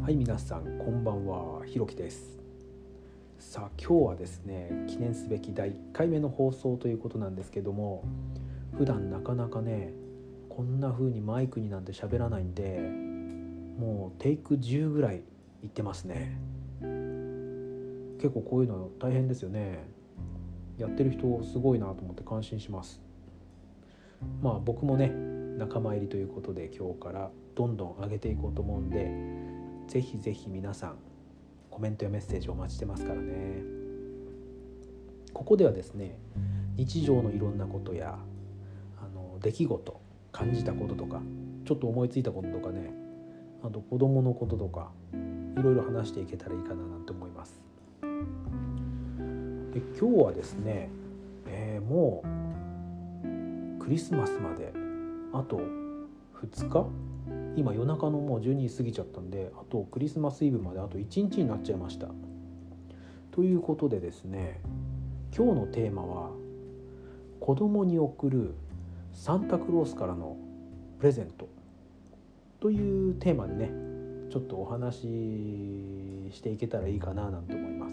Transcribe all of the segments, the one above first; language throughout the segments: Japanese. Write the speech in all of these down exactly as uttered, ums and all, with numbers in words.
はい、皆さんこんばんは、ひろきです。さあ、今日はですね、記念すべきだいいっかいめの放送ということなんですけども、普段なかなかねこんな風にマイクになんて喋らないんで、もうテイクじゅうぐらいいってますね。結構こういうの大変ですよね。やってる人すごいなと思って感心します。まあ僕もね仲間入りということで、今日からどんどん上げていこうと思うんで、ぜひぜひ皆さんコメントやメッセージをお待ちしてますからね。ここではですね、日常のいろんなことやあの出来事、感じたこととか、ちょっと思いついたこととかね、あと子供のこととか、いろいろ話していけたらいいかななんて思います。で、今日はですね、えー、もうクリスマスまであとふつか、今夜中のもうじゅうにじ過ぎちゃったんで、あとクリスマスイブまであといちにちになっちゃいました。ということでですね、今日のテーマは子供に贈るサンタクロースからのプレゼントというテーマでね、ちょっとお話ししていけたらいいかななんて思います。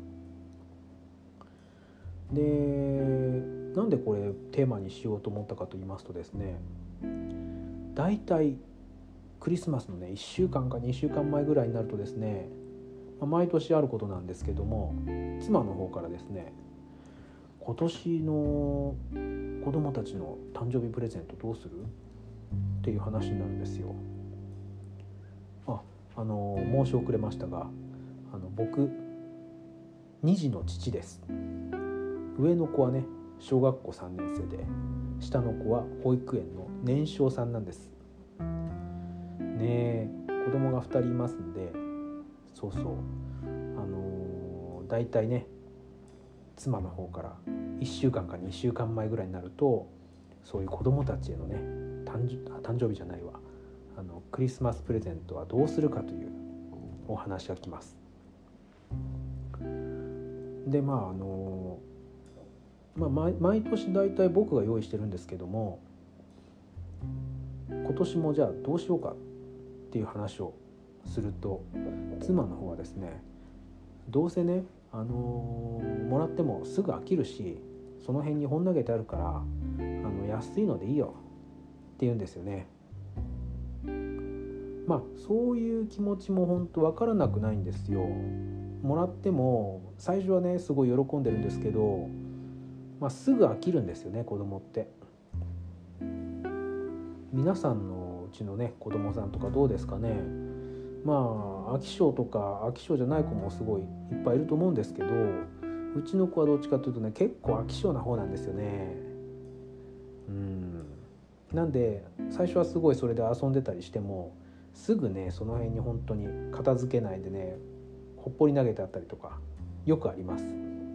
で、なんでこれテーマにしようと思ったかと言いますとですね、だいたいクリスマスのねいっしゅうかんかにしゅうかんまえぐらいになるとですね、毎年あることなんですけども、妻の方からですね、今年の子供たちの誕生日プレゼントどうするっていう話になるんですよ。あ、あの申し遅れましたが、あの僕に児の父です。上の子はね小学校さんねん生で、下の子は保育園の年少さんなんですね。え、子供がふたりいますんで、そうそう、あのー、だいたいね妻の方からいっしゅうかんかにしゅうかんまえぐらいになると、そういう子供たちへのね誕生、誕生日じゃないわあのクリスマスプレゼントはどうするかというお話が来ます。で、まああのまあ、毎, 毎年だいたい僕が用意してるんですけども、今年もじゃあどうしようかっていう話をすると、妻の方はですね、どうせね、あのー、もらってもすぐ飽きるし、その辺に本投げてあるからあの安いのでいいよって言うんですよね。まあそういう気持ちも本当分からなくないんですよ。もらっても最初はねすごい喜んでるんですけど、まあ、すぐ飽きるんですよね、子供って。皆さんのうちのね子供さんとかどうですかね。まあ飽き性とか飽き性じゃない子もすごいいっぱいいると思うんですけど、うちの子はどっちかというとね結構飽き性な方なんですよね。うんなんで最初はすごいそれで遊んでたりしても、すぐねその辺に本当に片付けないでねほっぽり投げてあったりとかよくあります。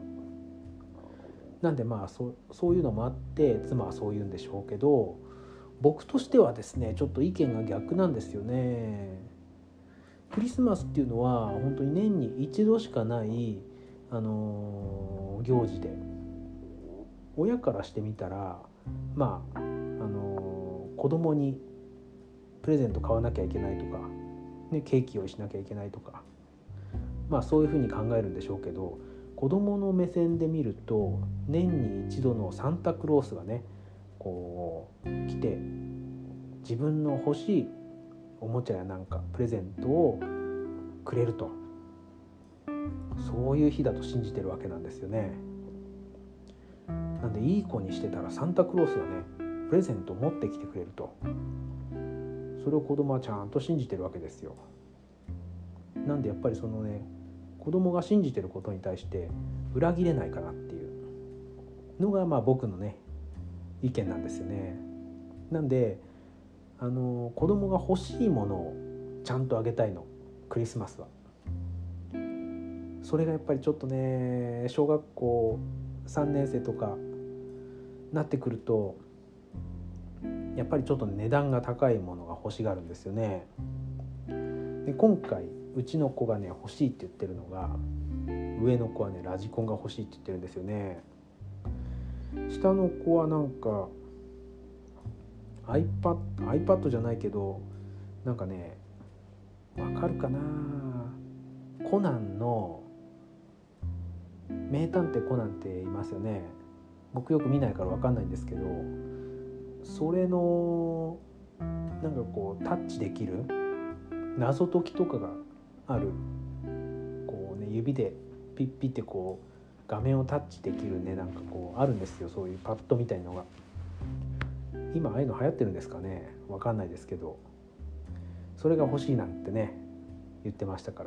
なんでまあ そ, そういうのもあって妻はそう言うんでしょうけど、僕としてはですねちょっと意見が逆なんですよね。クリスマスっていうのは本当に年に一度しかない、あのー、行事で、親からしてみたらまあ、あのー、子供にプレゼント買わなきゃいけないとか、ね、ケーキ用意しなきゃいけないとか、まあそういうふうに考えるんでしょうけど、子供の目線で見ると年に一度のサンタクロースがねこう来て、自分の欲しいおもちゃやなんかプレゼントをくれると、そういう日だと信じてるわけなんですよね。なんでいい子にしてたらサンタクロースがねプレゼントを持ってきてくれると、それを子供はちゃんと信じてるわけですよ。なんでやっぱりそのね子供が信じてることに対して裏切れないかなっていうのがまあ僕のね意見なんですよね。なんであの子供が欲しいものをちゃんとあげたいの、クリスマスは。それがやっぱりちょっとね小学校さんねん生とかなってくると、やっぱりちょっと値段が高いものが欲しがるんですよね。で今回うちの子がね欲しいって言ってるのが、上の子はねラジコンが欲しいって言ってるんですよね。下の子はなんか iPad, iPad じゃないけどなんかねわかるかな。コナンの名探偵コナンっていますよね。僕よく見ないからわかんないんですけど、それのなんかこうタッチできる謎解きとかがある、こうね指でピッピッてこう画面をタッチできるね、なんかこうあるんですよ、そういうパッドみたいなのが。今ああいうの流行ってるんですかね、わかんないですけど、それが欲しいなんてね言ってましたから。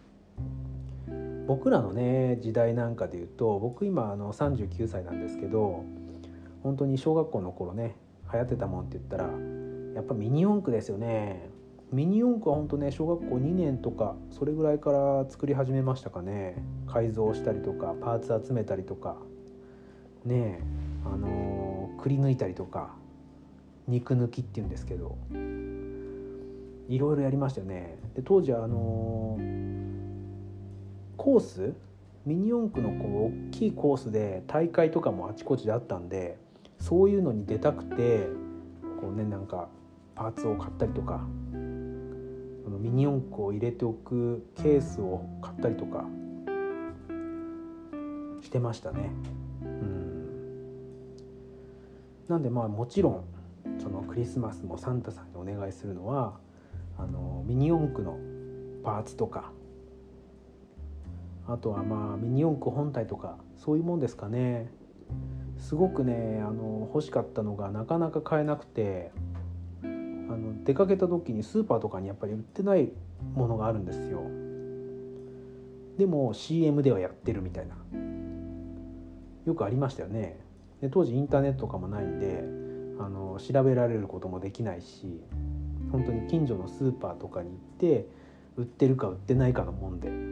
僕らのね時代なんかで言うと、僕今あのさんじゅうきゅうさいなんですけど、本当に小学校の頃ね流行ってたもんって言ったらやっぱミニ四駆ですよね。ミニ四駆は本当ね小学校にねんとかそれぐらいから作り始めましたかね。改造したりとかパーツ集めたりとかねえ、あのー、くり抜いたりとか肉抜きっていうんですけど、いろいろやりましたよね。で当時あのー、コースミニ四駆のこう大きいコースで大会とかもあちこちであったんで、そういうのに出たくてこうねなんかパーツを買ったりとか、そのミニ四駆を入れておくケースを買ったりとかしてましたね。うん。なんでまあもちろんそのクリスマスもサンタさんにお願いするのはあのミニ四駆のパーツとか、あとはまあミニ四駆本体とかそういうもんですかね。すごくねあの欲しかったのがなかなか買えなくて、あの出かけた時にスーパーとかにやっぱり売ってないものがあるんですよ。でも シーエム ではやってるみたいな、よくありましたよね。で当時インターネットとかもないんであの調べられることもできないし、本当に近所のスーパーとかに行って売ってるか売ってないかのもんで、うん、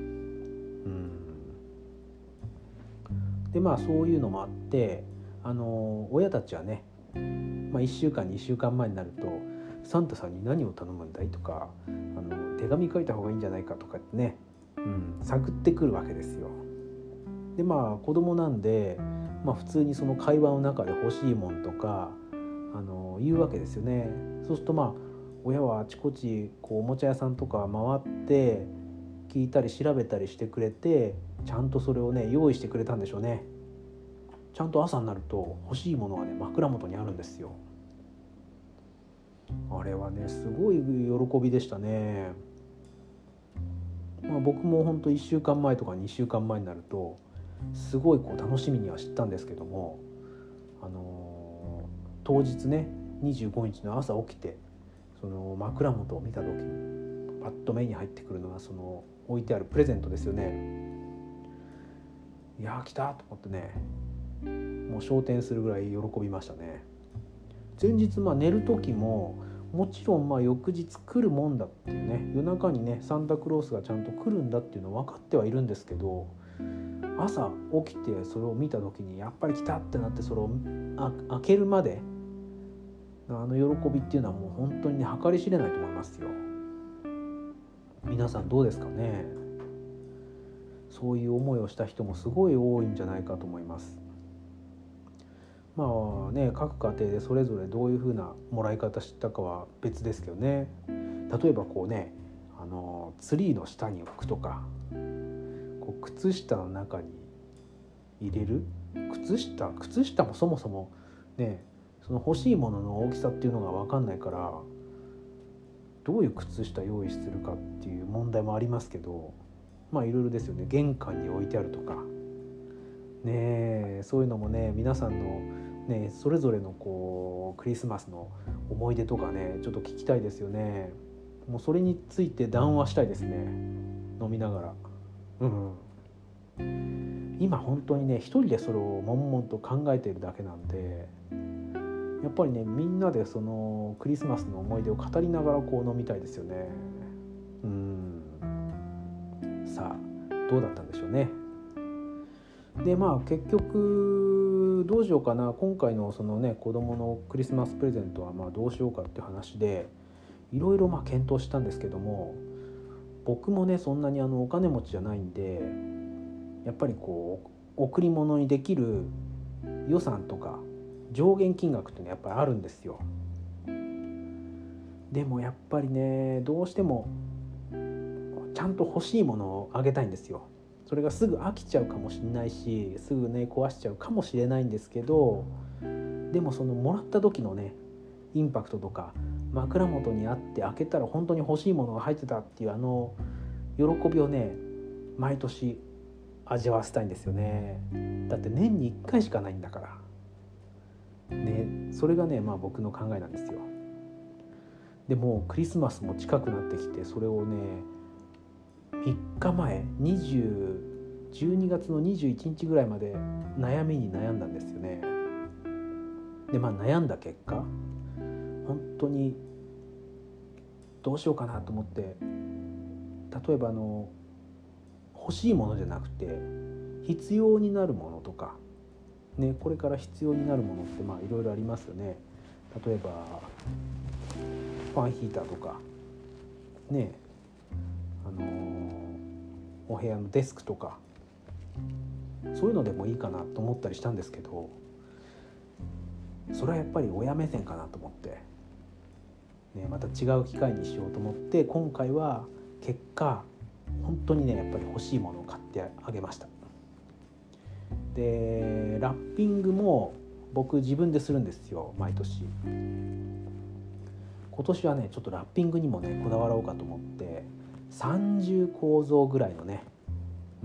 でまあそういうのもあって、あの親たちはね、まあ、いっしゅうかんにしゅうかんまえになるとサンタさんに何を頼むんだいとか、あの手紙書いた方がいいんじゃないかとかってね、うん、探ってくるわけですよ。でまあ子供なんで、まあ、普通にその会話の中で欲しいもんとかあの言うわけですよね。そうするとまあ親はあちこちこうおもちゃ屋さんとか回って聞いたり調べたりしてくれて、ちゃんとそれをね用意してくれたんでしょうね。ちゃんと朝になると欲しいものがね枕元にあるんですよ。あれはねすごい喜びでしたね。まあ、僕もほんといっしゅうかんまえとかにしゅうかんまえになるとすごいこう楽しみにはしたんですけども、あのー、当日ねにじゅうごにちの朝起きてその枕元を見た時にパッと目に入ってくるのがその置いてあるプレゼントですよね。いやー来たと思ってね、もう昇天するぐらい喜びましたね。前日まあ寝る時ももちろんまあ翌日来るもんだっていうね、夜中にねサンタクロースがちゃんと来るんだっていうの分かってはいるんですけど、朝起きてそれを見た時にやっぱり来たってなって、それを開けるまであの喜びっていうのはもう本当にね計り知れないと思いますよ。皆さんどうですかね。そういう思いをした人もすごい多いんじゃないかと思います。まあね、各家庭でそれぞれどういう風なもらい方したかは別ですけどね。例えばこうね、あのツリーの下に置くとか、こう靴下の中に入れる、靴下靴下もそもそもね、その欲しいものの大きさっていうのが分かんないから、どういう靴下用意するかっていう問題もありますけど、まあいろいろですよね。玄関に置いてあるとかね、そういうのもね皆さんのねそれぞれのこうクリスマスの思い出とかねちょっと聞きたいですよね。もうそれについて談話したいですね、飲みながら。うん、今本当にね一人でそれを悶々と考えているだけなんで、やっぱりねみんなでそのクリスマスの思い出を語りながらこう飲みたいですよね。うん、さあどうだったんでしょうね。でまあ結局どうしようかな、今回のそのね子供のクリスマスプレゼントはまあどうしようかっていう話でいろいろまあ検討したんですけども、僕もねそんなにあのお金持ちじゃないんで、やっぱりこう贈り物にできる予算とか上限金額っていうのはやっぱりあるんですよ。でもやっぱりねどうしてもちゃんと欲しいものをあげたいんですよ。それがすぐ飽きちゃうかもしれないし、すぐね壊しちゃうかもしれないんですけど、でもそのもらった時のねインパクトとか、枕元にあって開けたら本当に欲しいものが入ってたっていうあの喜びをね毎年味わわせたいんですよね。だって年にいっかいしかないんだからね。それがねまあ僕の考えなんですよ。でもクリスマスも近くなってきて、それをねみっかまえにじゅう、じゅうにがつのにじゅういちにちぐらいまで悩みに悩んだんですよね。でまあ悩んだ結果、本当にどうしようかなと思って、例えばあの欲しいものじゃなくて必要になるものとかね、これから必要になるものってまあいろいろありますよね。例えばファンヒーターとかね、あのー、お部屋のデスクとかそういうのでもいいかなと思ったりしたんですけど、それはやっぱり親目線かなと思って、ね、また違う機会にしようと思って、今回は結果本当にねやっぱり欲しいものを買ってあげました。でラッピングも僕自分でするんですよ、毎年。今年はねちょっとラッピングにもねこだわろうかと思って、三重構造ぐらいのね、うん、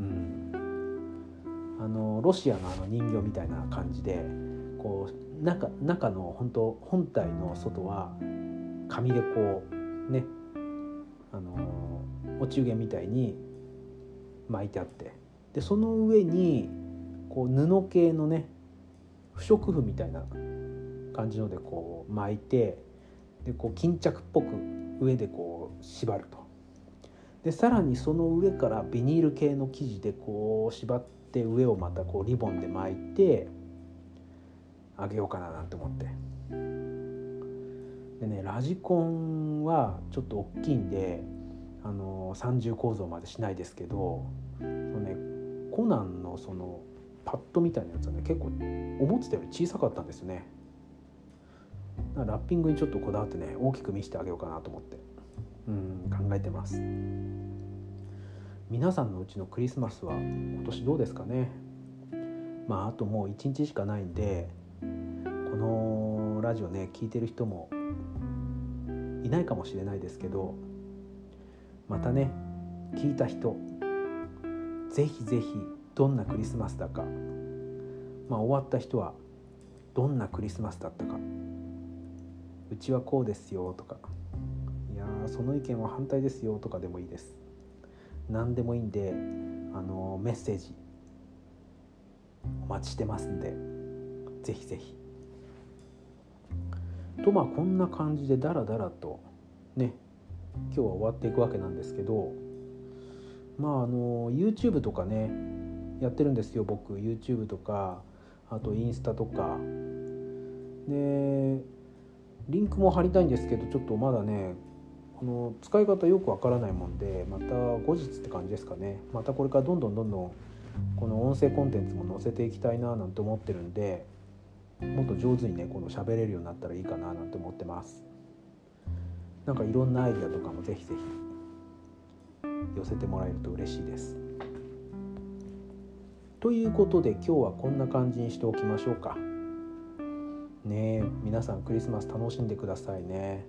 あのロシアのあの人形みたいな感じで、こう 中, 中の本当本体の外は紙でこうね、あのお中元みたいに巻いてあって、でその上にこう布系のね不織布みたいな感じのでこう巻いて、でこう巾着っぽく上でこう縛ると。でさらにその上からビニール系の生地でこう縛って、上をまたこうリボンで巻いてあげようかななんて思って。でねラジコンはちょっと大きいんで、あの三重構造までしないですけど、そのねコナンのそのパッドみたいなやつはね結構思ってたより小さかったんですよね。だからラッピングにちょっとこだわってね大きく見せてあげようかなと思ってうん考えてます。皆さんのうちのクリスマスは今年どうですかね。まああともういちにちしかないんで、このラジオね聞いてる人もいないかもしれないですけど、またね聞いた人ぜひぜひどんなクリスマスだか、まあ終わった人はどんなクリスマスだったか、うちはこうですよとか、いやその意見は反対ですよとかでもいいです。何でもいいんで、あのメッセージお待ちしてますんで、ぜひぜひ。とまあこんな感じでダラダラとね今日は終わっていくわけなんですけど、まああの YouTube とかねやってるんですよ僕。 YouTube とかあとインスタとかでリンクも貼りたいんですけど、ちょっとまだねこの使い方よくわからないもんで、また後日って感じですかね。またこれからどんどんどんどんこの音声コンテンツも載せていきたいななんて思ってるんで、もっと上手にねこの喋れるようになったらいいかななんて思ってます。なんかいろんなアイディアとかもぜひぜひ寄せてもらえると嬉しいです。ということで今日はこんな感じにしておきましょうかね。え皆さんクリスマス楽しんでくださいね。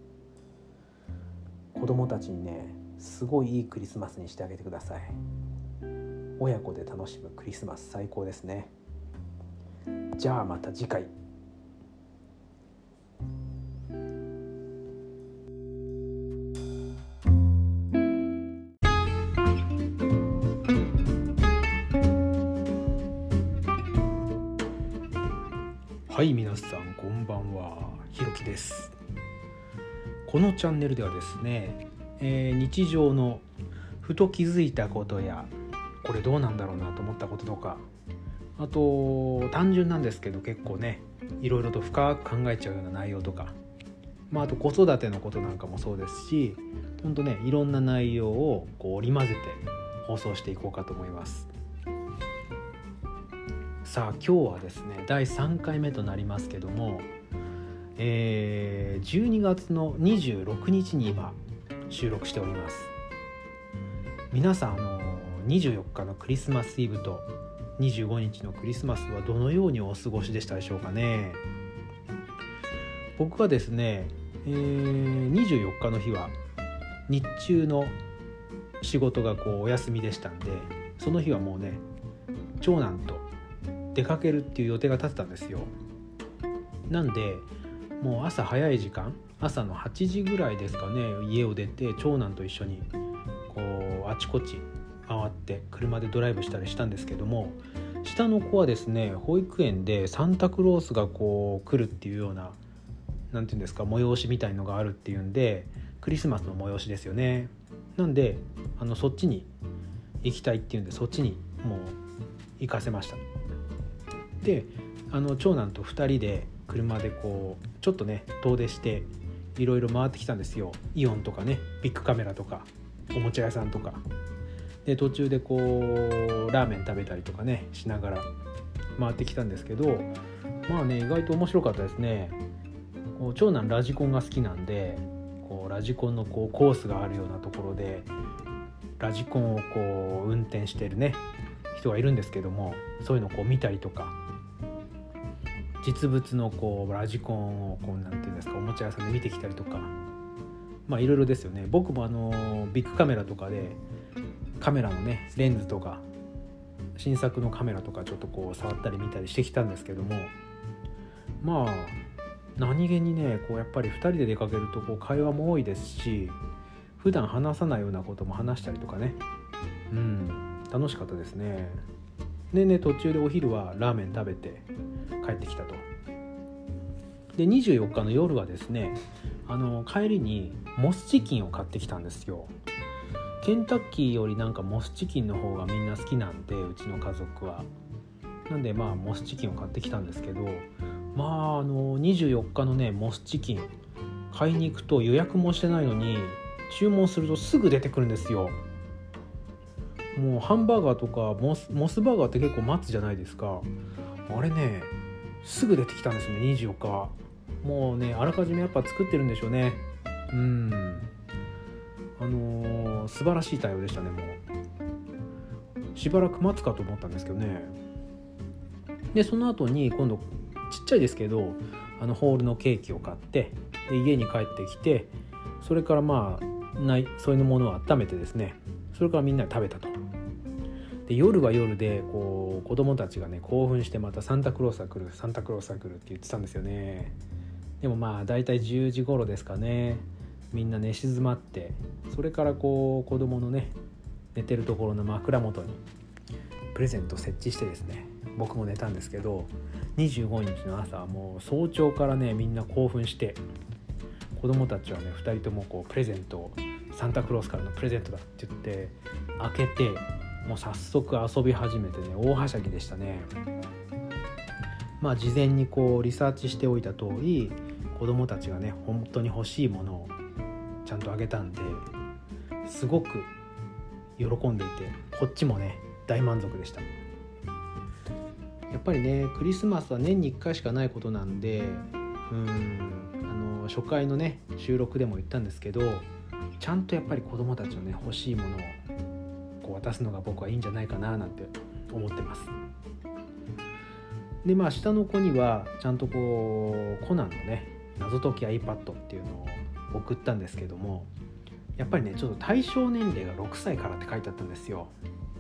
子供たちにねすごいいいクリスマスにしてあげてください。親子で楽しむクリスマス最高ですね。じゃあまた次回。はい皆さんこんばんは、ひろきです。このチャンネルではですね、えー、日常のふと気づいたことやこれどうなんだろうなと思ったこととか、あと単純なんですけど結構ねいろいろと深く考えちゃうような内容とか、まあ、あと子育てのことなんかもそうですし、ほんとねいろんな内容をこう織り交ぜて放送していこうかと思います。さあ今日はですねだいさんかいめとなりますけども、えー、じゅうにがつのにじゅうろくにちに今収録しております。 皆さん、あのにじゅうよっかのクリスマスイブとにじゅうごにちのクリスマスはどのようにお過ごしでしたでしょうかね。僕はですね、えー、にじゅうよっかの日は日中の仕事がこうお休みでしたんで、その日はもうね長男と出かけるっていう予定が立ってたんですよ。なんでもう朝早い時間、朝のはちじぐらいですかね、家を出て長男と一緒にこうあちこち回って車でドライブしたりしたんですけども、下の子はですね保育園でサンタクロースがこう来るっていうような、なんていうんですか、催しみたいのがあるっていうんで、クリスマスの催しですよね。なんであのそっちに行きたいっていうんで、そっちにもう行かせました。であの長男とふたりで車でこうちょっとね遠出していろいろ回ってきたんですよ。イオンとかね、ビッグカメラとかおもちゃ屋さんとかで、途中でこうラーメン食べたりとかねしながら回ってきたんですけど、まあね意外と面白かったですね。こう長男ラジコンが好きなんで、こうラジコンのこうコースがあるようなところでラジコンをこう運転してるね人がいるんですけども、そういうのをこう見たりとか、実物のこうラジコンをこうなんていうんですか、おもちゃ屋さんで見てきたりとか、まあいろいろですよね。僕もあのビッグカメラとかでカメラのねレンズとか新作のカメラとかちょっとこう触ったり見たりしてきたんですけども、まあ何気にねこうやっぱりふたりで出かけるとこう会話も多いですし、普段話さないようなことも話したりとかね、うん楽しかったですね。でね途中でお昼はラーメン食べて帰ってきたと。でにじゅうよっかの夜はですね、あの帰りにモスチキンを買ってきたんですよ。ケンタッキーよりなんかモスチキンの方がみんな好きなんで、うちの家族は。なんでまあモスチキンを買ってきたんですけど、まああのにじゅうよっかのねモスチキン買いに行くと予約もしてないのに注文するとすぐ出てくるんですよ。もうハンバーガーとかモス、モスバーガーって結構待つじゃないですか。あれねすぐ出てきたんですね、にじゅうよっかは。もうねあらかじめやっぱ作ってるんでしょうね。うんあのー、素晴らしい対応でしたね。もうしばらく待つかと思ったんですけどね。でその後に今度ちっちゃいですけどあのホールのケーキを買って、で家に帰ってきて、それからまあないそういうものを温めてですね、それからみんなで食べたと。で夜は夜でこう子供たちがね興奮して、またサンタクロースが来るサンタクロースが来るって言ってたんですよね。でもまあだいたいじゅうじ頃ですかね、みんな寝静まって、それからこう子供のね寝てるところの枕元にプレゼントを設置してですね、僕も寝たんですけど、にじゅうごにちの朝はもう早朝からねみんな興奮して、子供たちはねふたりともこうプレゼントを、サンタクロースからのプレゼントだって言って開けて、もう早速遊び始めてね大はしゃぎでしたね。まあ事前にこうリサーチしておいた通り、子供たちがね本当に欲しいものをちゃんとあげたんで、すごく喜んでいて、こっちもね大満足でした。やっぱりねクリスマスは年にいっかいしかないことなんで、うんあの初回のね収録でも言ったんですけど、ちゃんとやっぱり子供たちのね欲しいものをこう渡すのが僕はいいんじゃないかななんて思ってます。でまあ下の子にはちゃんとこうコナンのね謎解き iPad っていうのを送ったんですけども、やっぱりねちょっと対象年齢がろくさいからって書いてあったんですよ。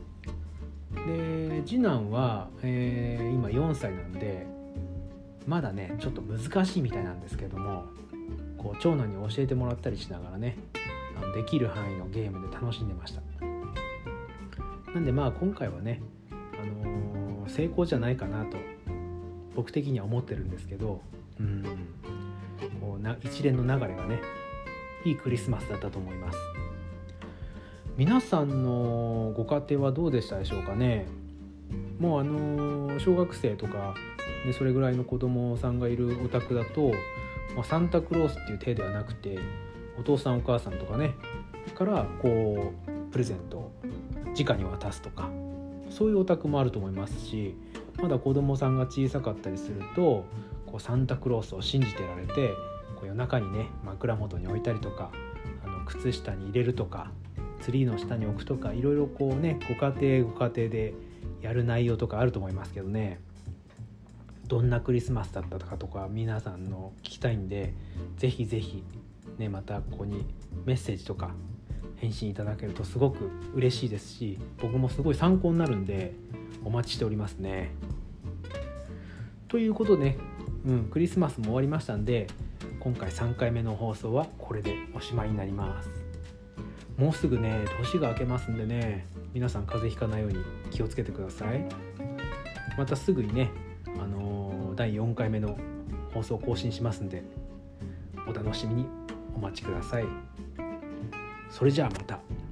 で次男は、えー、今よんさいなんでまだねちょっと難しいみたいなんですけども、こう長男に教えてもらったりしながらね、あのできる範囲のゲームで楽しんでました。なんでまあ今回はね、あのー、成功じゃないかなと僕的には思ってるんですけど、うんこうな一連の流れがねいいクリスマスだったと思います。皆さんのご家庭はどうでしたでしょうかね。もうあの小学生とか、ね、それぐらいの子供さんがいるお宅だと、まあ、サンタクロースっていう体ではなくて、お父さんお母さんとかねからこうプレゼントを直に渡すとか、そういうお宅もあると思いますし、まだ子供さんが小さかったりするとこうサンタクロースを信じてられて、こう夜中にね枕元に置いたりとか、あの靴下に入れるとか、 ツリーの下に置くとか、いろいろこうね、ご家庭ご家庭でやる内容とかあると思いますけどね、どんなクリスマスだったかとか皆さんの聞きたいんで、ぜひぜひね、またここにメッセージとか返信いただけるとすごく嬉しいですし、僕もすごい参考になるんでお待ちしておりますね。ということで、うん、クリスマスも終わりましたんで、今回さんかいめの放送はこれでおしまいになります。もうすぐね、年が明けますんでね、皆さん風邪ひかないように気をつけてください。またすぐにね、あのー、だいよんかいめの放送を更新しますんで、お楽しみにお待ちください。それじゃあまた。